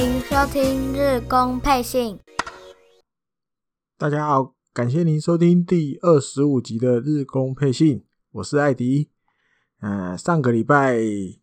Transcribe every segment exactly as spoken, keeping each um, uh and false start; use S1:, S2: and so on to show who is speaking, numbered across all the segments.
S1: 欢迎收听日工配信。
S2: 大家好，感谢您收听第二十五集的日工配信，我是艾迪。呃，上个礼拜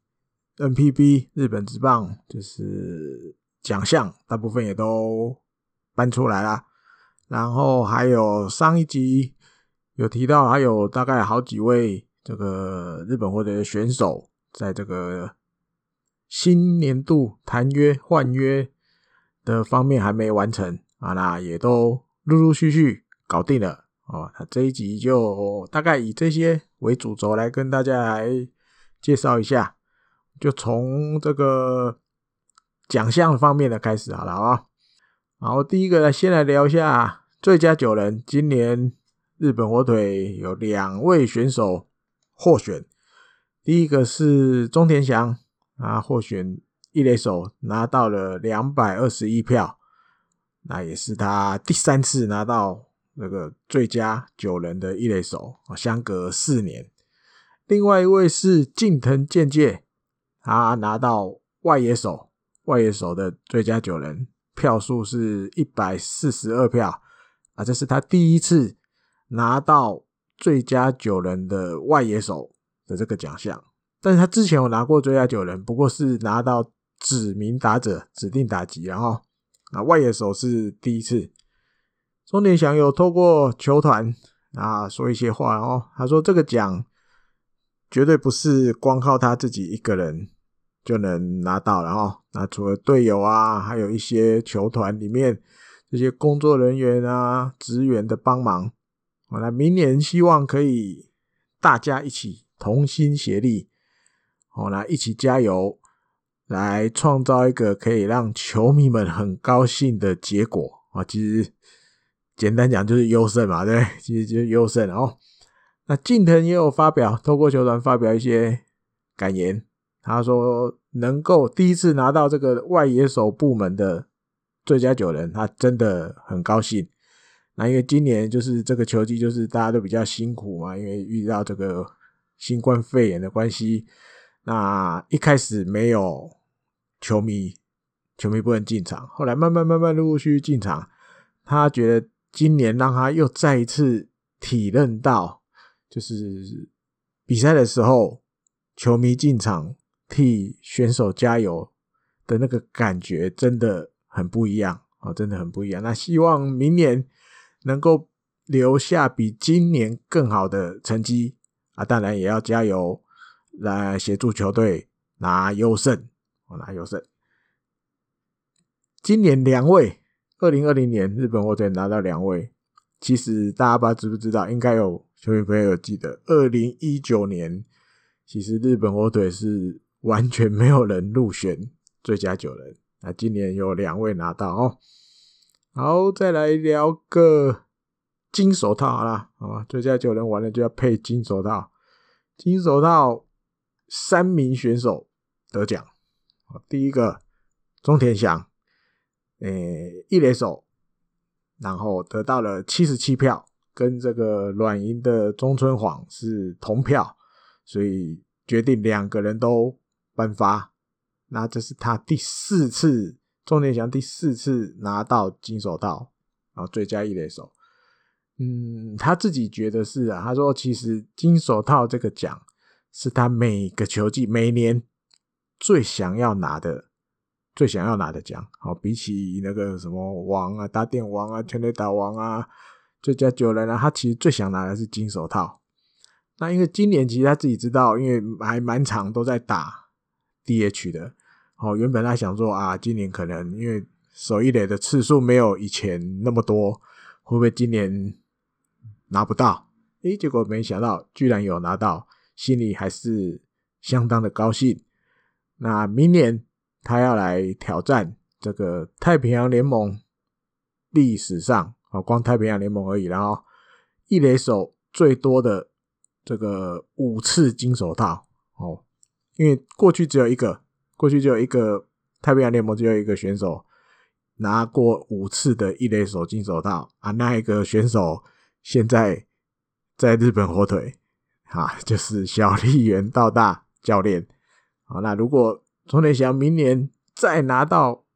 S2: N P B 日本职棒就是奖项大部分也都搬出来啦，然后还有上一集有提到还有大概好几位这个日本火腿的选手在这个新年度谈约换约的方面还没完成啊，那也都陆陆续续搞定了哦。那这一集就大概以这些为主轴来跟大家来介绍一下，就从这个奖项方面的开始好了啊。然后第一个先来聊一下最佳九人，今年日本火腿有两位选手获选，第一个是中田翔啊，获选一垒手拿到了两百二十一票，那也是他第三次拿到那个最佳九人的一垒手，相隔四年。另外一位是近藤健介，他拿到外野手外野手的最佳九人，票数是一百四十二票啊，这是他第一次拿到最佳九人的外野手的这个奖项。但是他之前有拿过最佳九人，不过是拿到指名打者指定打击，然后啊外野手是第一次。中田翔有透过球团啊说一些话哦，他说这个奖绝对不是光靠他自己一个人就能拿到，然后那除了队友啊，还有一些球团里面这些工作人员啊、职员的帮忙，那明年希望可以大家一起同心协力，哦，那一起加油，来创造一个可以让球迷们很高兴的结果啊！其实简单讲就是优胜嘛，对，其实就是优胜哦。那近藤也有发表，透过球团发表一些感言，他说能够第一次拿到这个外野手部门的最佳九人，他真的很高兴。那因为今年就是这个球季就是大家都比较辛苦嘛，因为遇到这个新冠肺炎的关系，那一开始没有球迷，球迷不能进场，后来慢慢慢慢陆陆续续进场，他觉得今年让他又再一次体认到，就是比赛的时候球迷进场替选手加油的那个感觉真的很不一样，哦，真的很不一样。那希望明年能够留下比今年更好的成绩啊，当然也要加油来协助球队拿优胜，拿优胜。今年两位，二零二零年日本火腿拿到两位，其实大家不知道知不知道，应该有球迷朋友有记得，二零一九年其实日本火腿是完全没有人入选最佳九人，那今年有两位拿到哦。好，再来聊个金手套好啦，好吧，最佳九人完了就要配金手套。金手套三名选手得奖，第一个中田翔，诶，一垒手，然后得到了七十七票，跟这个软银的中村晃是同票，所以决定两个人都颁发。那这是他第四次，中田翔第四次拿到金手套，然后最佳一垒手。嗯，他自己觉得是啊，他说其实金手套这个奖是他每个球季每年最想要拿的最想要拿的奖，好，比起那个什么王啊、打点王啊、全垒打王啊、最佳九人啊，他其实最想拿的是金手套。那因为今年其实他自己知道，因为还蛮长都在打 D H 的，哦，原本他想说啊，今年可能因为守一垒的次数没有以前那么多，会不会今年拿不到？诶，结果没想到居然有拿到，心里还是相当的高兴。那明年他要来挑战这个太平洋联盟历史上，哦，光太平洋联盟而已，然后一垒手最多的这个五次金手套，哦，因为过去只有一个，过去只有一个太平洋联盟只有一个选手拿过五次的一垒手金手套啊，那一个选手现在在日本火腿啊，就是小笠原道大教练。好，那如果中田翔明年再拿到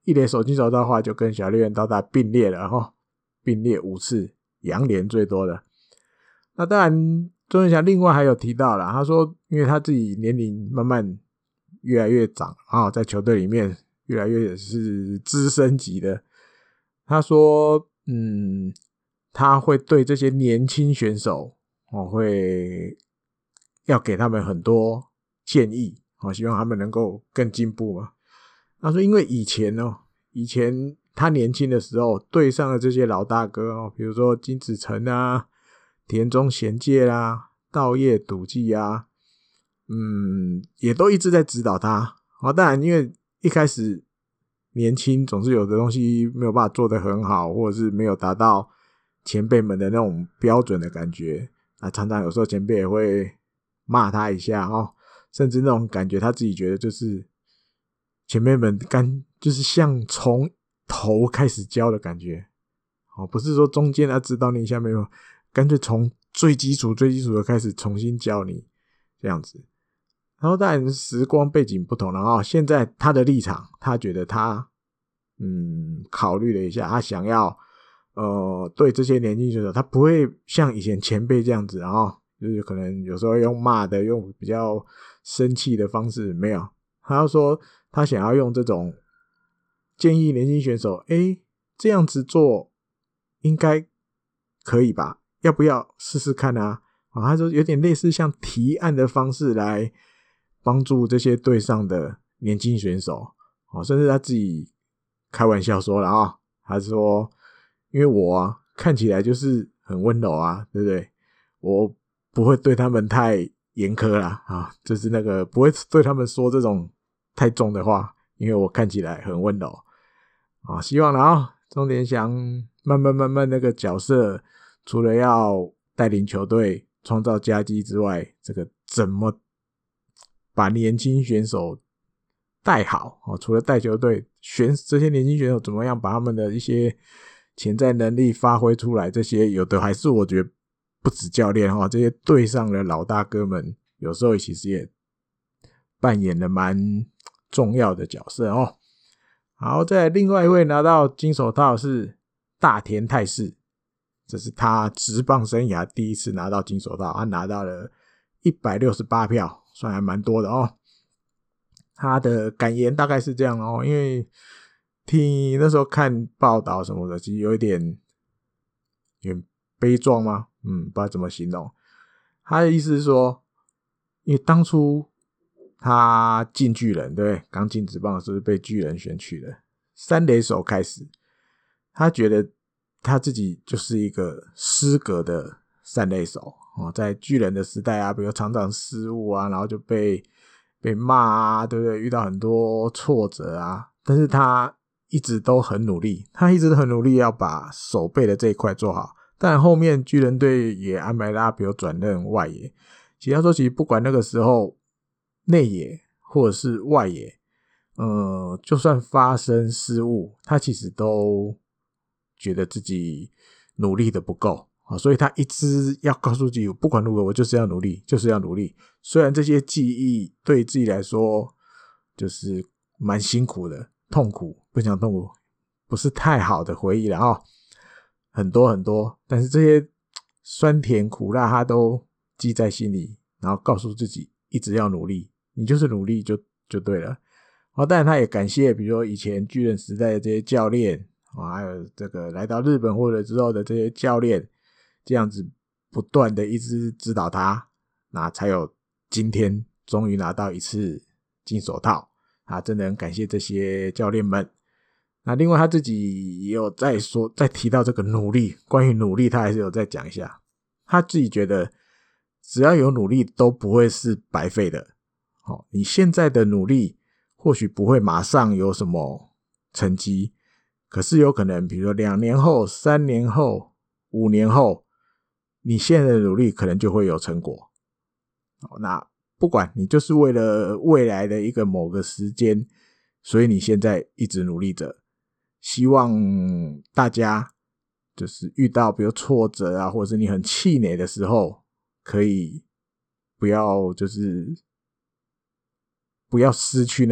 S2: 一垒手金手套的话，就跟小笠原刀大并列了哈，并列五次，洋联最多的。那当然，周文祥另外还有提到啦，他说，因为他自己年龄慢慢越来越长啊，在球队里面越来越是资深级的。他说，嗯，他会对这些年轻选手，哦，会要给他们很多建议，哦，希望他们能够更进步嘛。他说，因为以前哦，以前他年轻的时候，队上的这些老大哥哦，比如说金子诚啊、田中贤介啦、稻叶笃纪啊，嗯，也都一直在指导他。哦，当然，因为一开始年轻，总是有的东西没有办法做得很好，或者是没有达到前辈们的那种标准的感觉。啊，常常有时候前辈也会骂他一下哦，甚至那种感觉他自己觉得就是前辈们干就是像从头开始教的感觉。哦，不是说中间他指导你一下没有，干脆从最基础最基础的开始重新教你这样子。然后当然时光背景不同了啊，现在他的立场，他觉得他嗯考虑了一下，他想要呃对这些年轻选手，他不会像以前前辈这样子，然后就是可能有时候用骂的，用比较生气的方式，没有，他要说他想要用这种建议年轻选手，诶这样子做应该可以吧，要不要试试看啊？啊，他说有点类似像提案的方式来帮助这些队上的年轻选手，哦，甚至他自己开玩笑说了啊，他说，因为我啊看起来就是很温柔啊，对不对？我不会对他们太严苛啦啊，就是那个不会对他们说这种太重的话，因为我看起来很温柔啊。希望了啊，钟点祥慢慢慢慢那个角色，除了要带领球队创造佳绩之外，这个怎么把年轻选手带好，哦，除了带球队，选这些年轻选手怎么样把他们的一些潜在能力发挥出来，这些有的还是我觉得不止教练哈，这些队上的老大哥们有时候其实也扮演了蛮重要的角色哦。好，再来另外一位拿到金手套是大田泰示，这是他职棒生涯第一次拿到金手套，他拿到了一百六十八票，算还蛮多的哦。他的感言大概是这样哦，因为听那时候看报道什么的，其实有一点有点悲壮吗？嗯，不知道怎么形容。他的意思是说，因为当初他进巨人，对不对？刚进职棒的时候是被巨人选取的，三垒手开始，他觉得他自己就是一个失格的三垒手哦，在巨人的时代啊，比如常常失误啊，然后就被被骂啊，对不对？遇到很多挫折啊，但是他一直都很努力，他一直都很努力要把守备的这一块做好。但后面巨人队也安排他，比如转任外野。其实他说，其实不管那个时候内野或者是外野，呃，就算发生失误，他其实都觉得自己努力的不够，所以他一直要告诉自己，不管如何我就是要努力，就是要努力。虽然这些记忆对自己来说就是蛮辛苦的，痛苦，不讲痛苦，不是太好的回忆了哦，很多很多，但是这些酸甜苦辣他都记在心里，然后告诉自己一直要努力，你就是努力就就对了。哦，当然他也感谢比如说以前巨人时代的这些教练，哦，还有这个来到日本或者之后的这些教练，这样子不断的一直指导他，那才有今天终于拿到一次金手套啊！真的很感谢这些教练们。那另外他自己也有在说，在提到这个努力，关于努力他还是有再讲一下。他自己觉得只要有努力都不会是白费的。哦，你现在的努力或许不会马上有什么成绩，可是有可能比如说两年后、三年后、五年后，你现在的努力可能就会有成果。哦，那不管你就是为了未来的一个某个时间，所以你现在一直努力着。希望大家就是遇到比如挫折啊，或者是你很气馁的时候，可以不要就是不要失去那个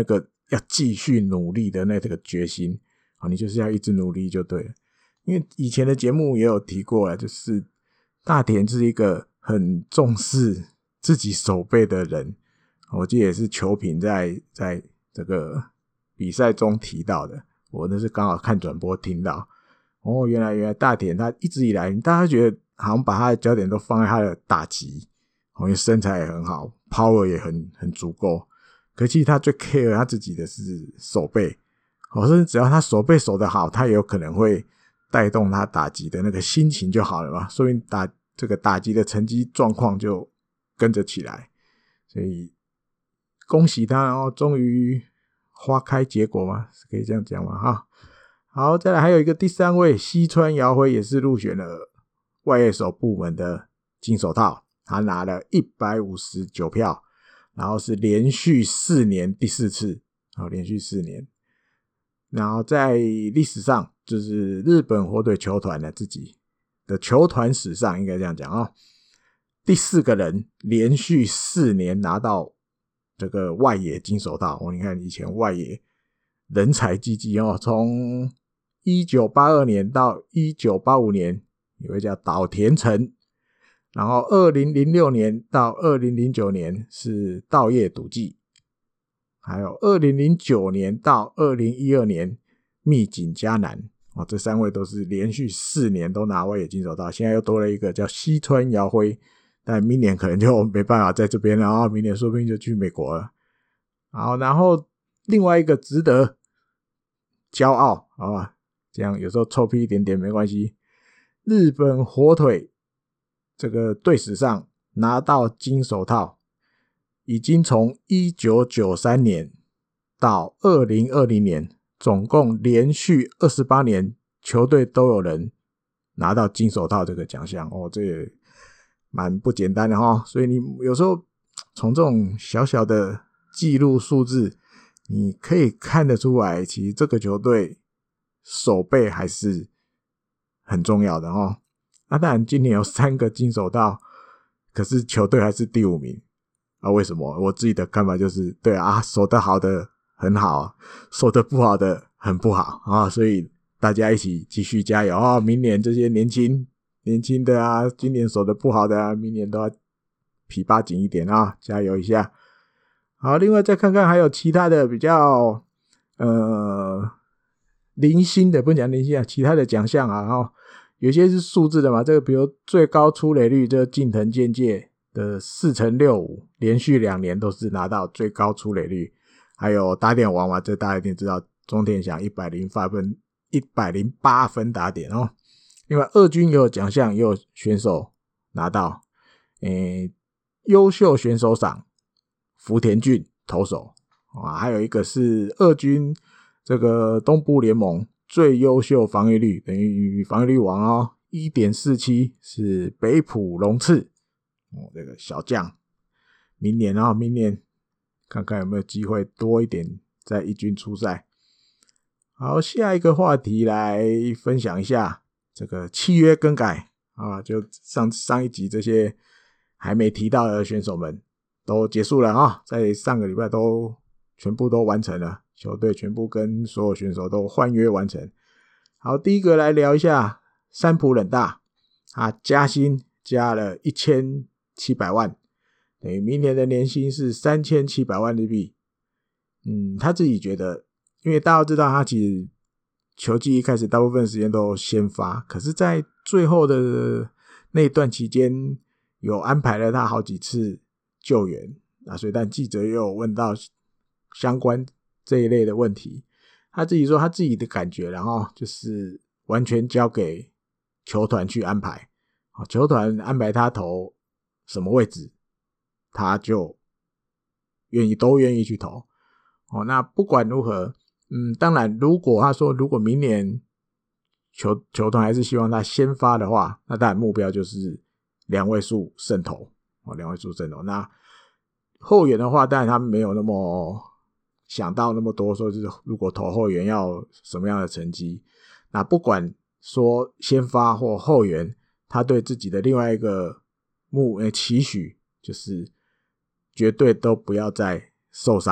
S2: 要继续努力的那个决心，你就是要一直努力就对了。因为以前的节目也有提过了，就是大田是一个很重视自己守备的人，我记得也是球评在在这个比赛中提到的，我那是刚好看转播听到。哦，原来原来大田他一直以来大家觉得好像把他的焦点都放在他的打击，因为身材也很好， power 也很很足够，可其实他最 care 他自己的是守备，甚至只要他守备守得好，他也有可能会带动他打击的那个心情就好了嘛，说明打这个打击的成绩状况就跟着起来。所以恭喜他哦，终于花开结果嘛，可以这样讲嘛哈。好，再来还有一个第三位西川遥辉也是入选了外野手部门的金手套，他拿了一百五十九票，然后是连续四年第四次，好，连续四年。然后在历史上就是日本火腿球团的自己的球团史上应该这样讲哦，第四个人连续四年拿到这个外野金手套哦，你看以前外野人才济济哦，从一九八二年到一九八五年有位叫岛田诚，然后二零零六年到二零零九年是稻叶笃纪，还有二零零九年到二零一二年密井嘉南哦，这三位都是连续四年都拿外野金手套，现在又多了一个叫西川遥辉，但明年可能就没办法在这边了，然后明年说不定就去美国了。好，然后另外一个值得骄傲，好吧，这样有时候臭屁一点点没关系。日本火腿这个队史上拿到金手套，已经从一九九三年到二零二零年，总共连续二十八年球队都有人拿到金手套这个奖项哦，这也蛮不简单的齁。所以你有时候从这种小小的记录数字，你可以看得出来，其实这个球队守备还是很重要的齁。那当然今年有三个金手套，可是球队还是第五名啊？为什么？我自己的看法就是，对啊，守得好的很好，守得不好的很不好啊，所以大家一起继续加油啊！明年这些年轻年轻的啊，今年守得不好的啊，明年都要皮扒紧一点啊，加油一下。好，另外再看看还有其他的比较呃零星的，不讲零星啊，其他的奖项啊，哦，有些是数字的嘛，这个比如最高出垒率，这个近藤健介的四成六五，连续两年都是拿到最高出垒率。还有打点王嘛，这大家一定知道，中田翔一百零八分一百零八分打点哦。另外二军也有奖项，也有选手拿到诶优秀选手赏，福田俊投手啊，还有一个是二军这个东部联盟最优秀防御率，等于防御率王哦 一点四七 是北浦龙次哦，这个小将，明年啊、哦，明年看看有没有机会多一点在一军出赛。好，下一个话题来分享一下这个契约更改啊，就上上一集这些还没提到的选手们都结束了啊，在上个礼拜都全部都完成了，球队全部跟所有选手都换约完成。好，第一个来聊一下三浦稔大，他加薪加了一千七百万，等于明年的年薪是三千七百万日币。嗯，他自己觉得，因为大家都知道他其实球季一开始大部分时间都先发，可是在最后的那一段期间有安排了他好几次救援啊，所以但记者也有问到相关这一类的问题，他自己说他自己的感觉，然后就是完全交给球团去安排，球团安排他投什么位置，他就愿意都愿意去投。哦，那不管如何，嗯，当然如果他说如果明年球球团还是希望他先发的话，那当然目标就是两位数胜投哦，两位数胜投。那后援的话，当然他没有那么想到那么多，说是如果投后援要什么样的成绩。那不管说先发或后援，他对自己的另外一个目呃期许就是绝对都不要再受伤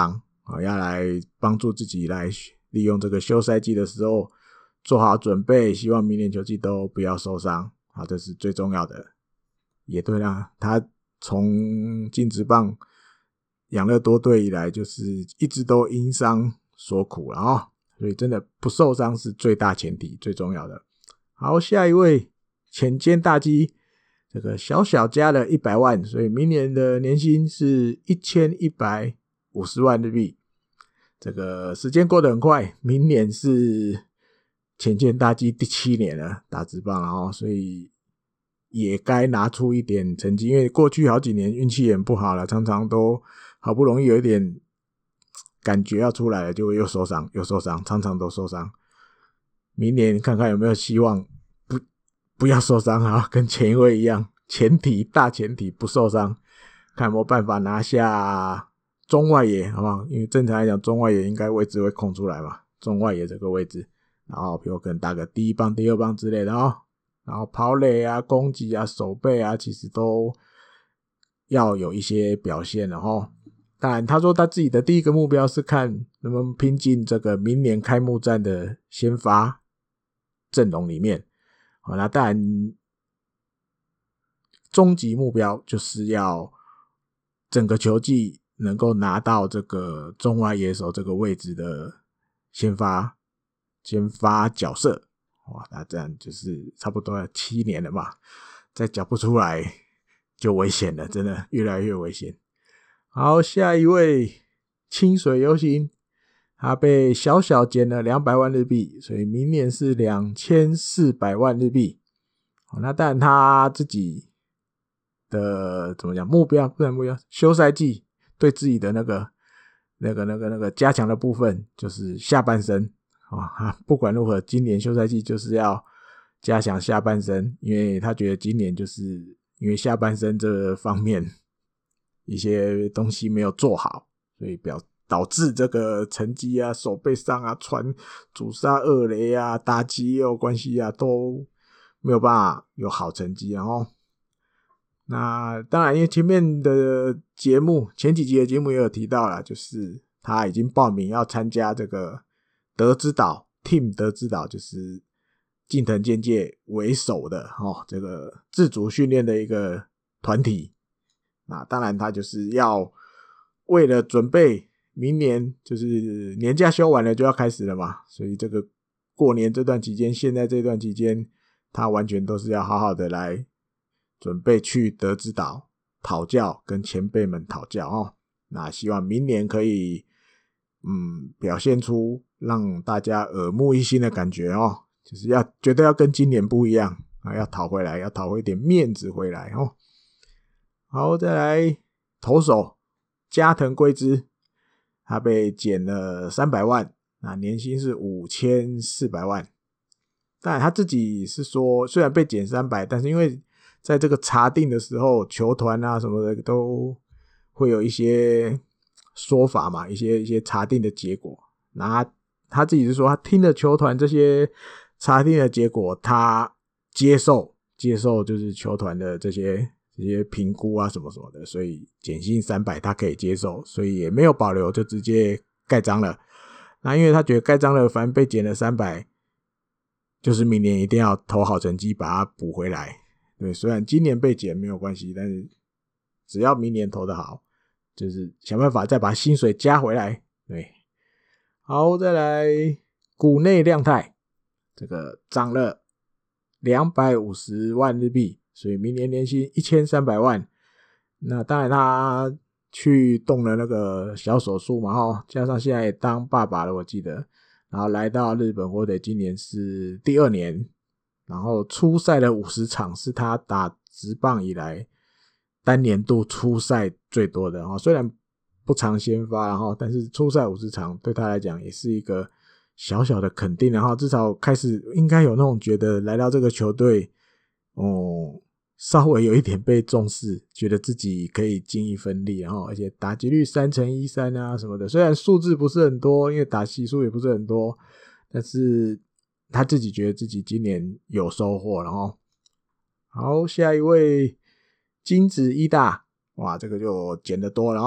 S2: 要来帮助自己来利用这个休赛季的时候做好准备，希望明年球季都不要受伤，好，这是最重要的。也对啦，他从进职棒养乐多队以来，就是一直都因伤所苦了哦，所以真的不受伤是最大前提，最重要的。好，下一位浅间大基，这个小小加了一百万，所以明年的年薪是一千一百五十万日币。这个时间过得很快，明年是浅间大基第七年了打职棒了哦，所以也该拿出一点成绩，因为过去好几年运气也不好了，常常都好不容易有一点感觉要出来了，就会又受伤又受伤，常常都受伤。明年看看有没有希望不不要受伤啊，跟前一位一样，前提大前提不受伤，看有没有办法拿下中外野，好不好？因为正常来讲，中外野应该位置会空出来嘛，中外野这个位置，然后比如可能打个第一棒、第二棒之类的哦，然后跑垒啊、攻击啊、守备啊，其实都要有一些表现的哦。当然，他说他自己的第一个目标是看能不能拼进这个明年开幕战的先发阵容里面。好，那当然，终极目标就是要整个球季能够拿到这个中外野手这个位置的先发先发角色。哇，那这样就是差不多要七年了嘛，再缴不出来就危险了，真的越来越危险。好，下一位清水优心，他被小小减了两百万日币，所以明年是两千四百万日币。好，那当然他自己的怎么讲目标，不然目标休赛季对自己的那个那个那个那个加强的部分就是下半身。哦，不管如何，今年休赛季就是要加强下半身，因为他觉得今年就是因为下半身这方面一些东西没有做好，所以表导致这个成绩啊、手背上啊、传主杀二垒啊、打击也有关系啊，都没有办法有好成绩。然后，那当然，因为前面的节目、前几集的节目也有提到了，就是他已经报名要参加这个德之岛 Team 德之岛，就是近藤健介为首的哦，这个自主训练的一个团体。那当然，他就是要为了准备明年，就是年假休完了就要开始了嘛，所以这个过年这段期间，现在这段期间，他完全都是要好好的来准备去德之岛讨教，跟前辈们讨教哦。那希望明年可以嗯表现出让大家耳目一新的感觉哦，就是要绝对要跟今年不一样啊，要讨回来，要讨回一点面子回来哦。好，再来投手加藤圭之，他被减了三百万，那年薪是五千四百万。当然他自己是说虽然被减三百，但是因为在这个查定的时候，球团啊什么的都会有一些说法嘛，一些一些查定的结果。那 他, 他自己是说他听了球团这些查定的结果，他接受接受就是球团的这些这些评估啊什么什么的，所以减薪三百他可以接受，所以也没有保留，就直接盖章了。那因为他觉得盖章了，反正被减了三百，就是明年一定要投好成绩把它补回来。对，虽然今年被减没有关系，但是只要明年投得好，就是想办法再把薪水加回来。对，好，再来谷内亮太，这个涨了两百五十万日币，所以明年年薪一千三百万。那当然他去动了那个小手术嘛，齁，加上现在也当爸爸了我记得，然后来到日本火腿今年是第二年，然后出赛了五十场，是他打职棒以来单年度出赛最多的，虽然不常先发，然后但是出赛五十场对他来讲也是一个小小的肯定，然后至少开始应该有那种觉得来到这个球队哦，稍微有一点被重视，觉得自己可以尽一份力，然后而且打击率三乘一三啊什么的，虽然数字不是很多，因为打席数也不是很多，但是他自己觉得自己今年有收获。然后好，下一位金子一大，哇，这个就减得多了哦，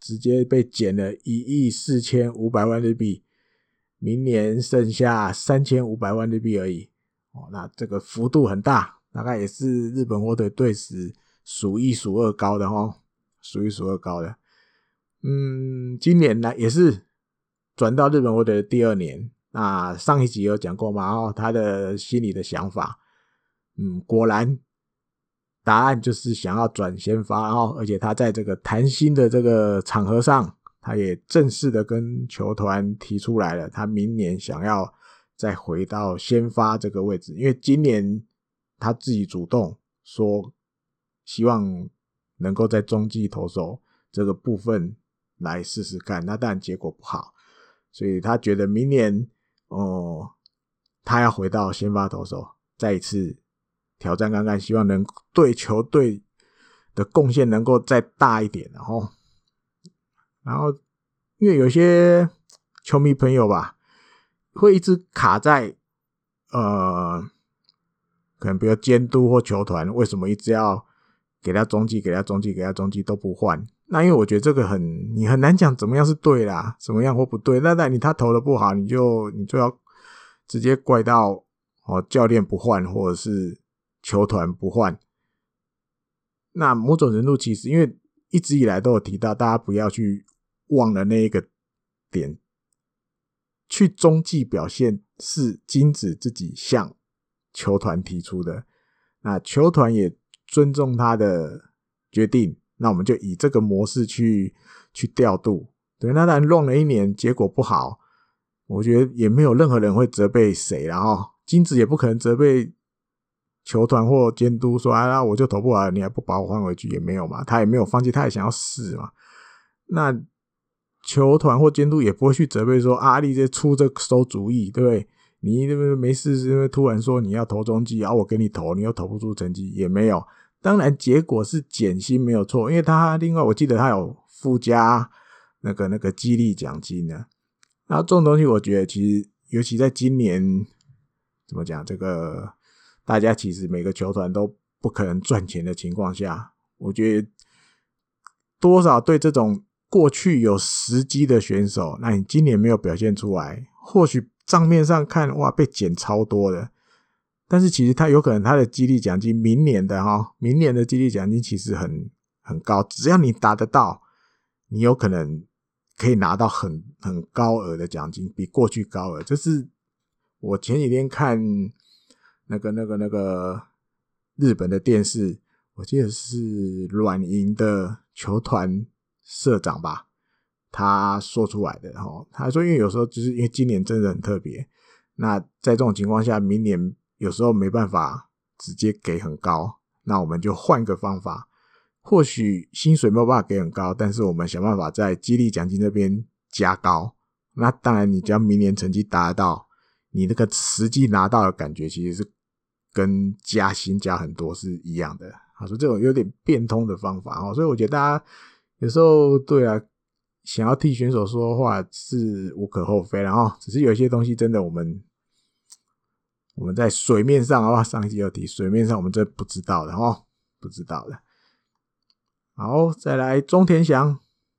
S2: 直接被减了一亿四千五百万日币，明年剩下三千五百万日币而已。哦，那这个幅度很大，大概也是日本火腿队史数一数二高的哦，数一数二高的。嗯，今年呢也是转到日本火腿的第二年。那上一集有讲过嘛，哦，他的心里的想法，嗯，果然答案就是想要转先发哦，而且他在这个谈薪的这个场合上，他也正式的跟球团提出来了，他明年想要再回到先发这个位置，因为今年他自己主动说希望能够在中继投手这个部分来试试看，那当然结果不好，所以他觉得明年哦，他要回到先发投手，再一次挑战看看，希望能对球队的贡献能够再大一点，然后，然后因为有些球迷朋友吧，会一直卡在呃，可能比如监督或球团为什么一直要给他中继，给他中继，给他中继都不换。那因为我觉得这个很，你很难讲怎么样是对啦，怎么样或不对。那但你他投的不好，你就你就要直接怪到哦教练不换，或者是球团不换。那某种程度其实因为一直以来都有提到，大家不要去忘了那一个点，去中继表现是金子自己向球团提出的，那球团也尊重他的决定。那我们就以这个模式去去调度，对，那当然弄了一年结果不好，我觉得也没有任何人会责备谁，然后金子也不可能责备球团或监督说啊，我就投不好，你还不把我换回去，也没有嘛，他也没有放弃，他也想要试嘛。那球团或监督也不会去责备说啊，你这出这馊主意，对不对？你没事是因为突然说你要投中继啊，我给你投，你又投不出成绩，也没有。当然结果是减薪没有错，因为他另外我记得他有附加那个那个激励奖金呢。然后这种东西我觉得其实尤其在今年怎么讲，这个大家其实每个球团都不可能赚钱的情况下，我觉得多少对这种过去有时机的选手，那你今年没有表现出来，或许账面上看哇被减超多的，但是其实他有可能他的激励奖金明年的齁，明年的激励奖金其实很很高，只要你达得到，你有可能可以拿到很很高额的奖金，比过去高额。这是我前几天看那个那个那个日本的电视，我记得是软银的球团社长吧，他说出来的齁，他说因为有时候就是因为今年真的很特别，那在这种情况下，明年有时候没办法直接给很高，那我们就换个方法，或许薪水没有办法给很高，但是我们想办法在激励奖金这边加高，那当然你只要明年成绩达得到，你那个实际拿到的感觉其实是跟加薪加很多是一样的。他说这种有点变通的方法，所以我觉得大家有时候对啊，想要替选手说话是无可厚非啦齁，只是有一些东西真的我们我们在水面上啊，上一集有提，水面上我们真不知道的齁，不知道的。好，再来中田翔，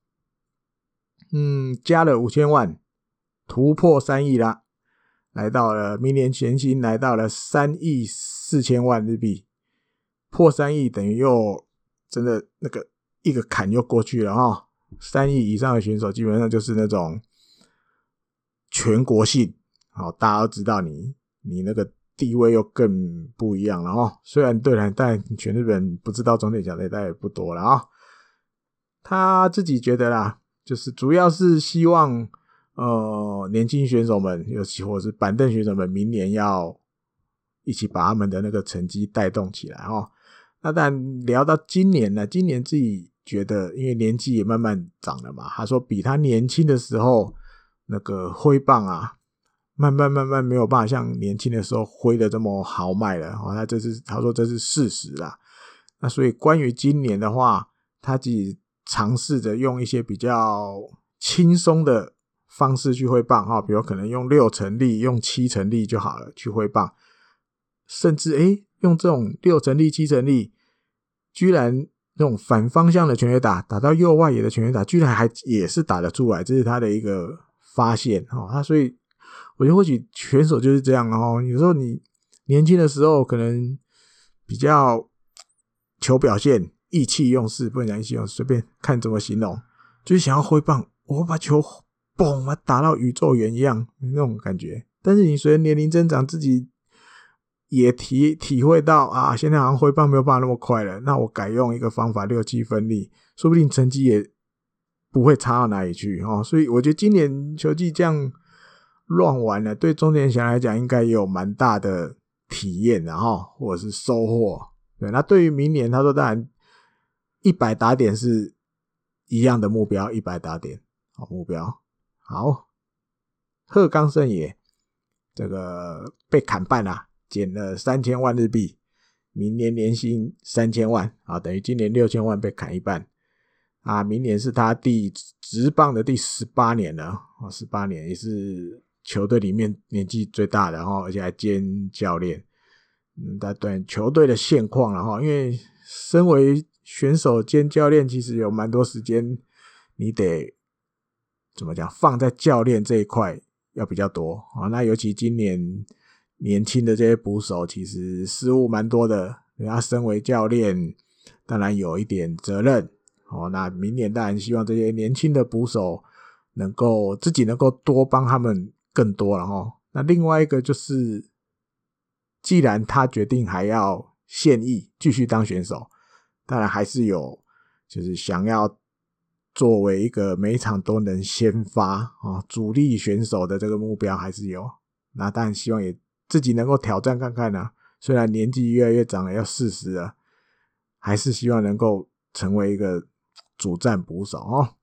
S2: 嗯，加了五千万，突破三亿啦，来到了明年全薪来到了三亿四千万日币，破三亿等于又真的那个一个坎又过去了齁。三亿以上的选手基本上就是那种全国性，好，大家都知道你你那个地位又更不一样了齁。虽然对了，但全日本不知道中田翔的也不多了齁。他自己觉得啦，就是主要是希望呃年轻选手们，尤其或者是板凳选手们，明年要一起把他们的那个成绩带动起来齁。那但聊到今年呢，今年自己觉得因为年纪也慢慢长了嘛，他说比他年轻的时候那个挥棒啊，慢慢慢慢没有办法像年轻的时候挥的这么豪迈了齁。他这是他说这是事实啦。那所以关于今年的话，他自己尝试着用一些比较轻松的方式去挥棒齁，比如可能用六成力用七成力就好了去挥棒，甚至诶用这种六成力七成力居然那种反方向的全垒打，打到右外野的全垒打，居然还也是打得出来，这是他的一个发现哦。他所以我觉得或许选手就是这样哦，有时候你年轻的时候可能比较求表现，意气用事，不能讲意气用事，随便看怎么形容，就是想要挥棒，我把球嘣把它打到宇宙远一样那种感觉。但是你随着年龄增长，自己也体体会到啊，现在好像挥棒没有办法那么快了，那我改用一个方法，六七分力，说不定成绩也不会差到哪里去哦。所以我觉得今年球季这样乱完了，对中田翔来讲应该也有蛮大的体验，然后或者是收获。对，那对于明年，他说当然一百打点是一样的目标，一百打点好目标。好，鹤冈胜也这个被砍半啦，减了三千万日币，明年年薪三千万啊，等于今年六千万被砍一半啊。明年是他第职棒的第十八年了，哦，十八年也是球队里面年纪最大的，而且还兼教练。嗯，他对球队的现况了哈，因为身为选手兼教练，其实有蛮多时间，你得怎么讲，放在教练这一块要比较多啊。那尤其今年年轻的这些捕手，其实失误蛮多的，他身为教练，当然有一点责任哦。那明年当然希望这些年轻的捕手能够自己能够多帮他们更多了哈。那另外一个就是，既然他决定还要现役继续当选手，当然还是有就是想要作为一个每一场都能先发，哦，主力选手的这个目标还是有。那当然希望也自己能够挑战看看啊，虽然年纪越来越长了，要四十了，还是希望能够成为一个主战捕手哦。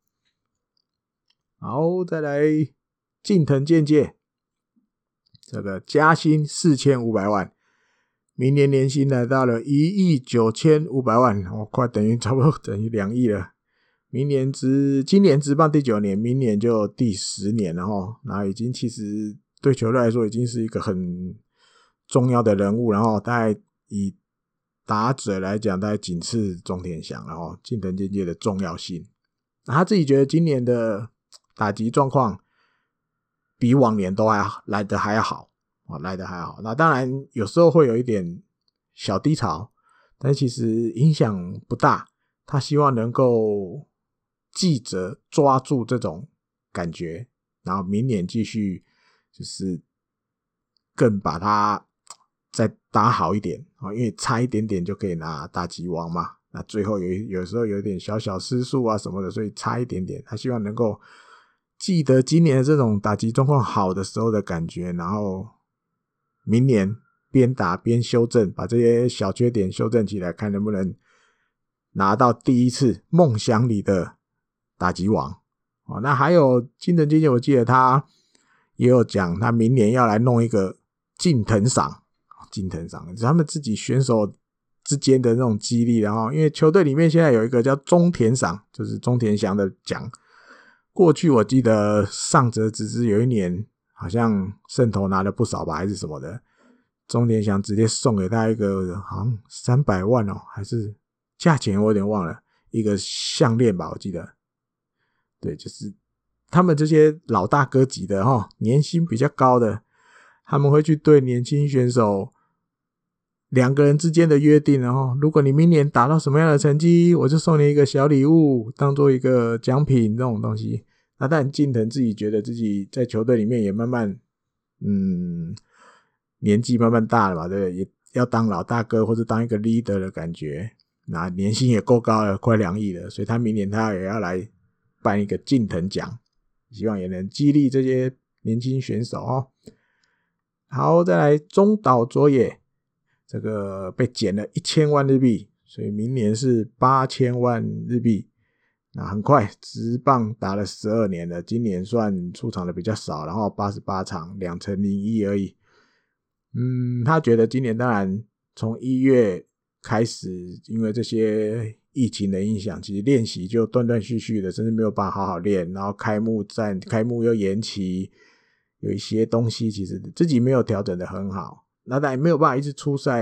S2: 好，再来近藤健介，这个加薪四千五百万，明年年薪来到了一亿九千五百万，哦，快等于差不多等于两亿了。明年职今年职棒第九年，明年就第十年了齁。那已经其实对球队来说已经是一个很重要的人物，然后大概以打者来讲，大概仅次中田翔，然后近藤健介的重要性。那他自己觉得今年的打击状况比往年都还来得还好，来得还好。那当然有时候会有一点小低潮，但其实影响不大。他希望能够记着抓住这种感觉，然后明年继续就是更把它再打好一点，因为差一点点就可以拿打击王嘛。那最后有有时候有点小小失速啊什么的，所以差一点点。他希望能够记得今年的这种打击状况好的时候的感觉，然后明年边打边修正，把这些小缺点修正起来，看能不能拿到第一次梦想里的打击王。哦，那还有近藤健介，我记得他也有讲，他明年要来弄一个近藤赏，近藤赏是他们自己选手之间的那种激励，然后因为球队里面现在有一个叫中田赏，就是中田翔的奖。过去我记得上泽直之有一年好像胜投拿了不少吧，还是什么的，中田翔直接送给他一个好像三百万哦，还是价钱我有点忘了，一个项链吧，我记得。对，就是他们这些老大哥级的齁，年薪比较高的，他们会去对年轻选手两个人之间的约定，然后如果你明年达到什么样的成绩，我就送你一个小礼物当做一个奖品，这种东西。那当然近藤自己觉得自己在球队里面也慢慢嗯年纪慢慢大了嘛，对不对？也要当老大哥或者当一个 leader 的感觉，那年薪也够高了，快两亿了，所以他明年他也要来办一个近藤奖，希望也能激励这些年轻选手哦。好，再来中岛卓也，这个被减了一千万日币，所以明年是八千万日币。那很快，职棒打了十二年了，今年算出场的比较少，然后八十八场，两成零一而已。嗯，他觉得今年当然从一月开始，因为这些疫情的影响，其实练习就断断续续的，甚至没有办法好好练，然后开幕战开幕又延期，有一些东西其实自己没有调整的很好，那当然没有办法一直出赛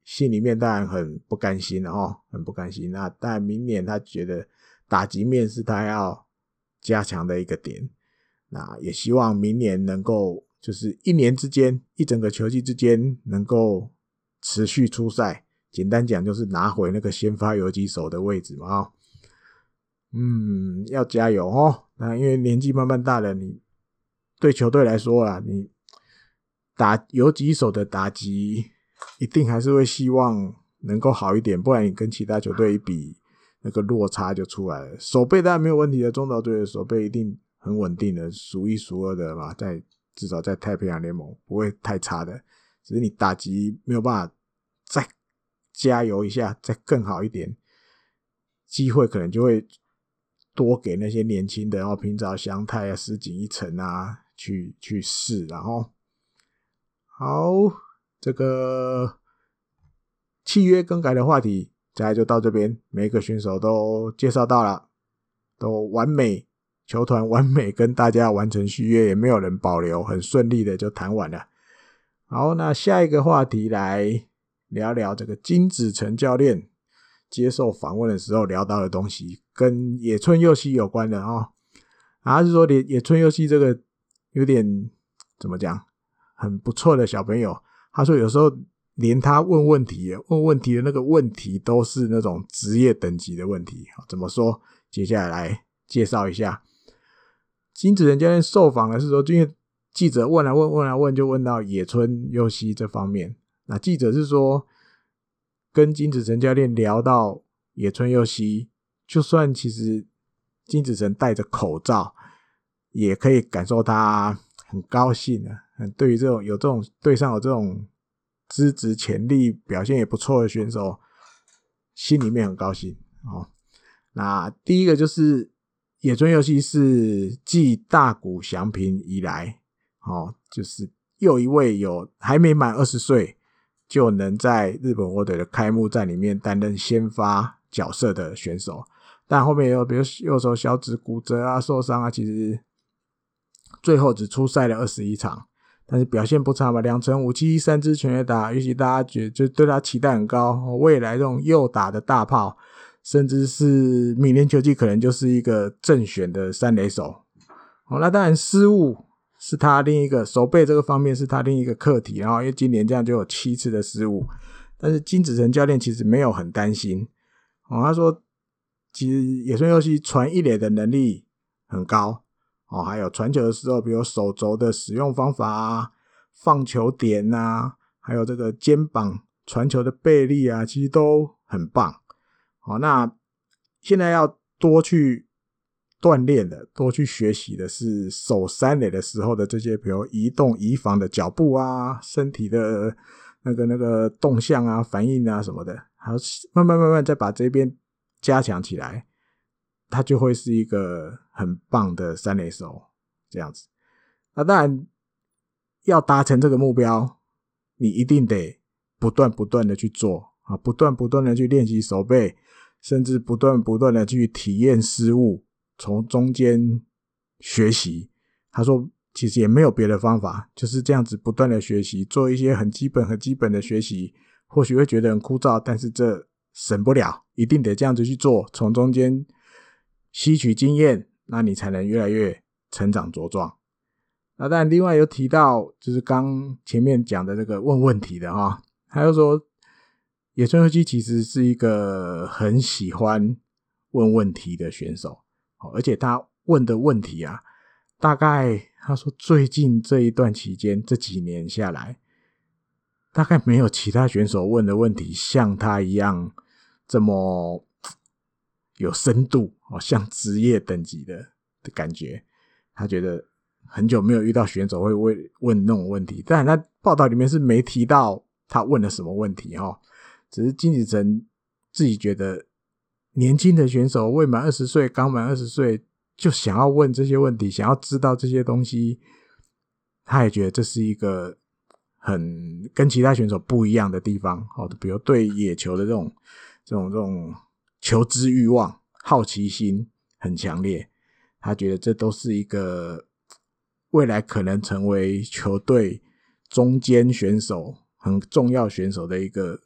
S2: 心里面当然很不甘心哦，很不甘心。那当然明年他觉得打击面是他要加强的一个点，那也希望明年能够就是一年之间一整个球季之间能够持续出赛，简单讲就是拿回那个先发游击手的位置嘛、哦、嗯，要加油哦。那因为年纪慢慢大了，你对球队来说啊，你打游击手的打击一定还是会希望能够好一点，不然你跟其他球队一比，那个落差就出来了。守备当然没有问题的，中岛队的守备一定很稳定的，数一数二的嘛，在至少在太平洋联盟不会太差的，只是你打击没有办法再加油一下，再更好一点，机会可能就会多给那些年轻的，然后平沼翔太啊、石井一成啊去去试。然后好，这个契约更改的话题再来就到这边，每个选手都介绍到了，都完美，球团完美跟大家完成续约，也没有人保留，很顺利的就谈完了。好，那下一个话题来聊聊这个金子成教练接受访问的时候聊到的东西，跟野村佑希有关的哦。他是说野村佑希这个有点怎么讲，很不错的小朋友，他说有时候连他问问题问问题的那个问题都是那种职业等级的问题。怎么说？接下来来介绍一下。金子成教练受访的是说，因为记者问来问问来问就问到野村佑希这方面，那记者是说跟金子成教练聊到野村佑希，就算其实金子成戴着口罩也可以感受他很高兴啊，对于这种有这种队上有这种资质潜力表现也不错的选手，心里面很高兴哦。那第一个就是野村佑希是继大谷翔平以来哦，就是又一位有还没满二十岁就能在日本火腿的开幕战里面担任先发角色的选手。但后面也有比如右手小指骨折啊、受伤啊，其实最后只出赛了二十一场，但是表现不差嘛，两成五七三支全垒打，尤其大家觉得就对他期待很高，未来这种右打的大炮，甚至是明年球季可能就是一个正选的三垒手。哦，那当然失误是他另一个守备这个方面是他另一个课题，然后因为今年这样就有七次的失误，但是金子成教练其实没有很担心。哦，他说其实野村佑希传一垒的能力很高。哦，还有传球的时候，比如手肘的使用方法啊，放球点啊，还有这个肩膀传球的背力啊，其实都很棒。好，那现在要多去锻炼的，多去学习的是守三垒的时候的这些，比如移动移防的脚步啊，身体的那个那个动向啊、反应啊什么的，还有慢慢慢慢再把这边加强起来。他就会是一个很棒的三垒手这样子。那当然要达成这个目标，你一定得不断不断的去做啊，不断不断的去练习守备，甚至不断不断的去体验失误，从中间学习。他说其实也没有别的方法，就是这样子不断的学习，做一些很基本很基本的学习，或许会觉得很枯燥，但是这省不了，一定得这样子去做，从中间吸取经验，那你才能越来越成长茁壮。那当然另外有提到就是刚前面讲的这个问问题的齁，他又说野村佑希其实是一个很喜欢问问题的选手，而且他问的问题啊，大概他说最近这一段期间这几年下来，大概没有其他选手问的问题像他一样这么有深度，像职业等级的的感觉。他觉得很久没有遇到选手会问那种问题，当然他报道里面是没提到他问了什么问题，只是金子成自己觉得年轻的选手未满二十岁，刚满二十岁就想要问这些问题，想要知道这些东西，他也觉得这是一个很跟其他选手不一样的地方，比如对野球的这种这种这种求知欲望、好奇心很强烈，他觉得这都是一个未来可能成为球队中间选手很重要选手的一个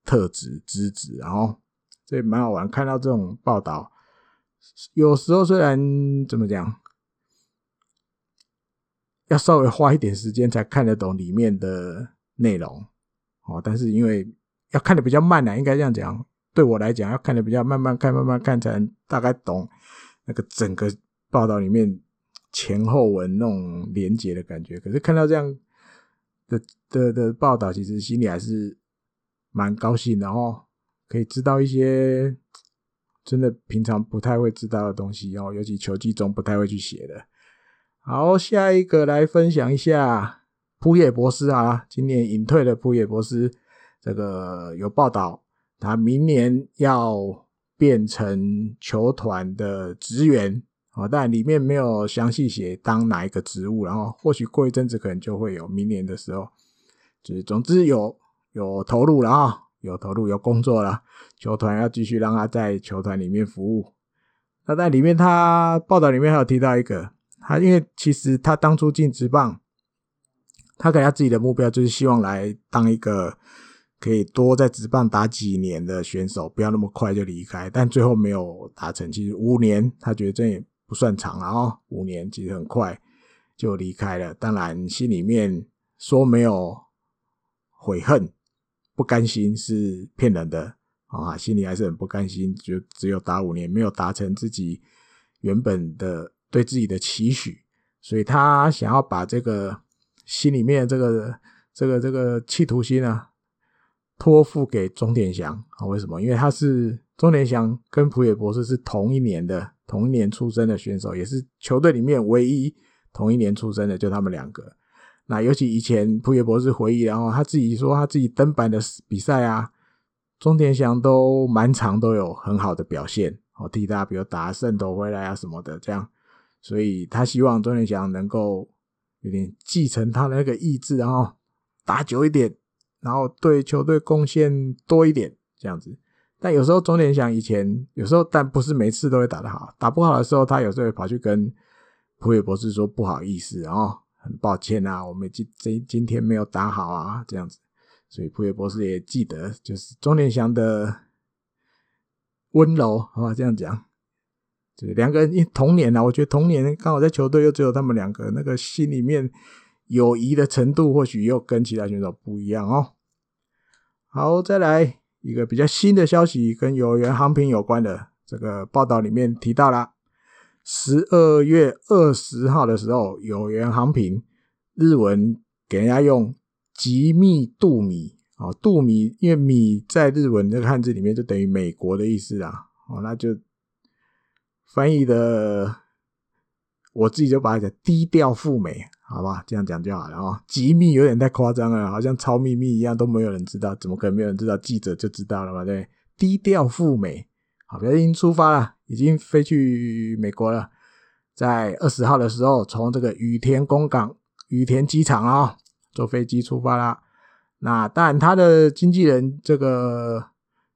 S2: 特质资质，然后这也蛮好玩，看到这种报道，有时候虽然怎么讲，要稍微花一点时间才看得懂里面的内容哦，但是因为要看得比较慢啊，应该这样讲，对我来讲要看得比较慢慢看慢慢看才能大概懂那个整个报道里面前后文那种连结的感觉。可是看到这样的的的报道，其实心里还是蛮高兴的哦，可以知道一些真的平常不太会知道的东西哦，尤其球季中不太会去写的。好，下一个来分享一下扑野博斯啊，今年隐退的扑野博斯，这个有报道他明年要变成球团的职员哦，但里面没有详细写当哪一个职务，然后或许过一阵子可能就会有，明年的时候就是总之有有投入了啊，有投入有工作了，球团要继续让他在球团里面服务。那在里面他报道里面还有提到一个，他因为其实他当初进职棒，他给他自己的目标就是希望来当一个可以多在职棒打几年的选手，不要那么快就离开，但最后没有达成。其实五年他觉得这也不算长了哦，五年其实很快就离开了。当然心里面说没有悔恨不甘心是骗人的啊，心里还是很不甘心，就只有打五年没有达成自己原本的对自己的期许，所以他想要把这个心里面的这个这个这个企图心啊托付给钟点祥啊。为什么？因为他是钟点祥跟浦野博士是同一年的同一年出生的选手，也是球队里面唯一同一年出生的，就他们两个。那尤其以前浦野博士回忆，然后他自己说他自己登板的比赛啊，钟点祥都蛮常都有很好的表现哦，替他比如打胜投回来啊什么的这样，所以他希望钟点祥能够有点继承他的那个意志，然后打久一点，然后对球队贡献多一点这样子。但有时候钟点祥以前有时候，但不是每次都会打得好，打不好的时候他有时候会跑去跟浦野博士说不好意思，然后很抱歉啊，我们今今天没有打好啊这样子。所以浦野博士也记得就是钟点祥的温柔啊，这样讲，就是两个人同年啊，我觉得同年刚好在球队又只有他们两个，那个心里面友谊的程度或许又跟其他选手不一样哦。好，再来一个比较新的消息，跟有源航平有关的，这个报道里面提到啦，十二月二十号的时候，有源航平日文给人家用吉密度米哦，度米因为米在日文这个汉字里面就等于美国的意思啊，哦，那就翻译的我自己就把它讲低调赴美，好吧，这样讲就好了哦。机密有点太夸张了，好像超秘密一样，都没有人知道，怎么可能没有人知道？记者就知道了嘛，对不对？低调赴美，好，已经出发了，已经飞去美国了，在二十号的时候从这个羽田工港羽田机场啊、哦、坐飞机出发啦。那当然他的经纪人这个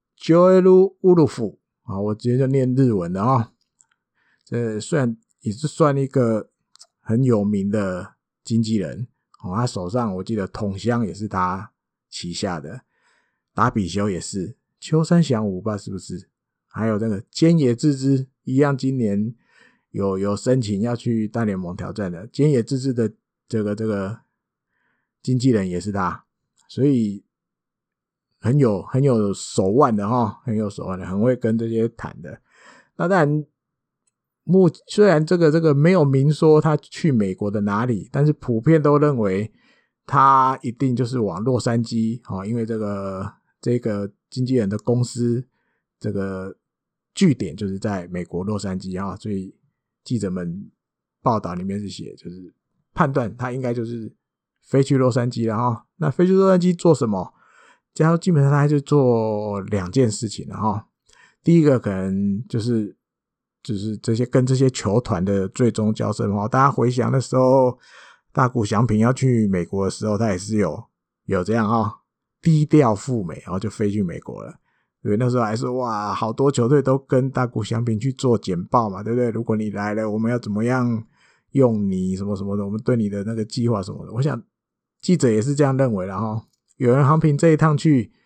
S2: Joel Wolf 啊，我直接就念日文了啊、哦。这虽然也是算一个很有名的经纪人哦，他手上我记得筒香也是他旗下的，达比修也是，秋山翔吾吧是不是？还有那个菅野智之一样，今年有有申请要去大联盟挑战的，菅野智之的这个这个经纪人也是他，所以很有很有手腕的哈，很有手腕的，很会跟这些谈的。那当然。目虽然这个这个没有明说他去美国的哪里，但是普遍都认为他一定就是往洛杉矶、哦、因为这个这个经纪人的公司这个据点就是在美国洛杉矶、哦、所以记者们报道里面是写就是判断他应该就是飞去洛杉矶了、哦、那飞去洛杉矶做什么？然后基本上他就做两件事情了、哦、第一个可能就是就是这些跟这些球团的最终交涉哦，大家回想的时候，大谷翔平要去美国的时候，他也是有有这样哦，低调赴美，然后就飞去美国了。对，那时候还说哇，好多球队都跟大谷翔平去做简报嘛，对不对？如果你来了，我们要怎么样用你什么什么的，我们对你的那个计划什么的。我想记者也是这样认为啦齁。有人航平这一趟去，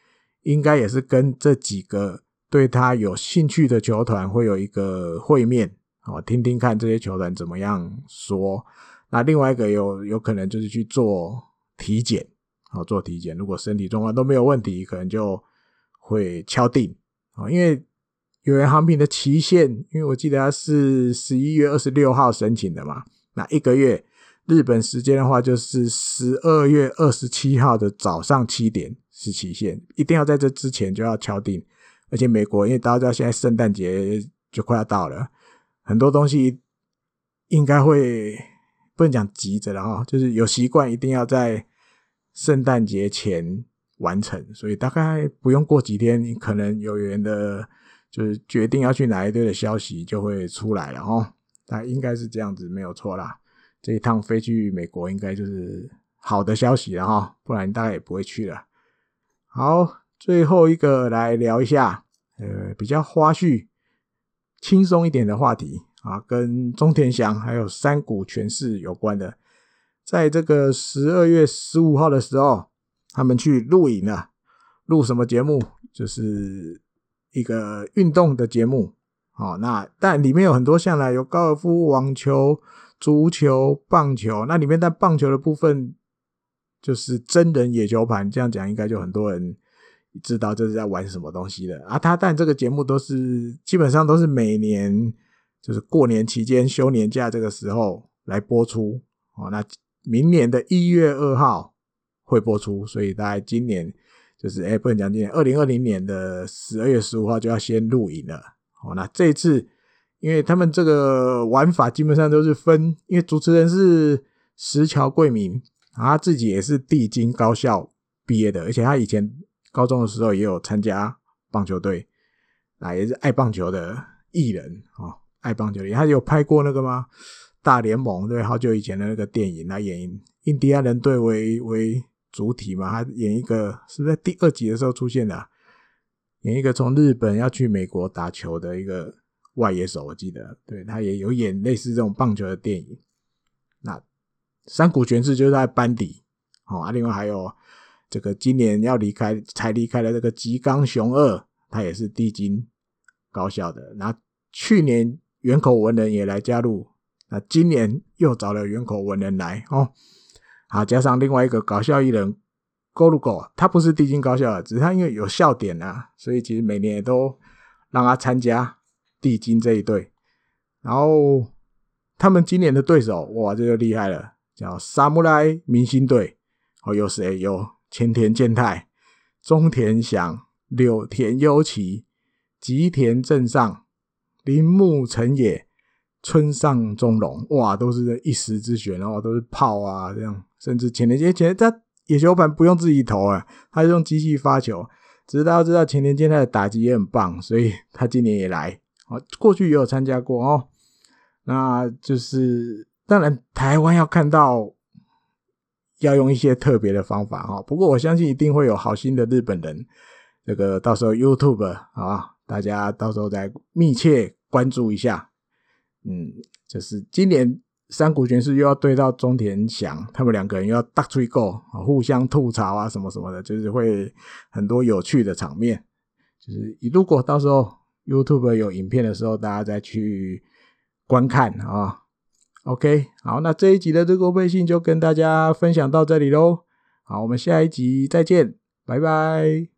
S2: 应该也是跟这几个对他有兴趣的球团会有一个会面，哦，听听看这些球团怎么样说。那另外一个有有可能就是去做体检，哦，做体检，如果身体状况都没有问题，可能就会敲定，哦，因为有源航品的期限，因为我记得他是十一月二十六号申请的嘛，那一个月日本时间的话就是十二月二十七号的早上七点是期限，一定要在这之前就要敲定。而且美国因为大家知道现在圣诞节就快要到了，很多东西应该会不能讲急着了齁，就是有习惯一定要在圣诞节前完成，所以大概不用过几天，你可能有缘的就是决定要去哪一队的消息就会出来了齁，那应该是这样子没有错啦。这一趟飞去美国应该就是好的消息了齁，不然大概也不会去了。好，最后一个来聊一下呃比较花絮轻松一点的话题啊，跟中田翔还有山谷拳士有关的。在这个十二月十五号的时候，他们去录影了。录什么节目？就是一个运动的节目。哦，那但里面有很多项啦，有高尔夫、网球、足球、棒球。那里面但棒球的部分就是真人野球盘，这样讲应该就很多人知道这是在玩什么东西的啊。他但这个节目都是基本上都是每年就是过年期间休年假这个时候来播出。哦，那明年的一月二号会播出，所以大概今年就是诶不能讲今年二零二零年的十二月十五号就要先录影了。哦，那这一次因为他们这个玩法基本上都是分，因为主持人是石桥贵明，他自己也是帝京高校毕业的，而且他以前高中的时候也有参加棒球队，那也是爱棒球的艺人，哦，爱棒球的，他有拍过那个吗？大联盟，对，好久以前的那个电影，他演印第安人队为为主体嘛，他演一个是不是在第二集的时候出现的、啊、演一个从日本要去美国打球的一个外野手，我记得，对，他也有演类似这种棒球的电影。那山谷拳士就是他的班底，哦啊，另外还有这个今年要离开才离开的这个吉冈雄二，他也是帝京高校的。那去年原口文人也来加入，那今年又找了原口文人来哦，好，加上另外一个搞笑艺人 Gorugo， 他不是帝京高校的，只是他因为有笑点啊，所以其实每年也都让他参加帝京这一队。然后他们今年的对手，哇，这就厉害了，叫萨姆莱明星队。哦，有谁？有前田健太、中田翔、柳田优起、吉田正尚、铃木成也、村上中龙，哇，都是一时之选，然后都是炮啊，这样，甚至前田健前他野球盘不用自己投啊，他是用机器发球。只是大家知道前田健太的打击也很棒，所以他今年也来，哦，过去也有参加过哦。那就是当然台湾要看到要用一些特别的方法，哦，不过我相信一定会有好心的日本人，这个到时候 YouTube 啊，大家到时候再密切关注一下。嗯，就是今年山谷拳士又要对到中田翔，他们两个人又要大吹够，互相吐槽啊什么什么的，就是会很多有趣的场面。就是如果到时候 YouTube 有影片的时候，大家再去观看啊。OK， 好，那这一集的日工配信就跟大家分享到这里咯。好，我们下一集再见，拜拜。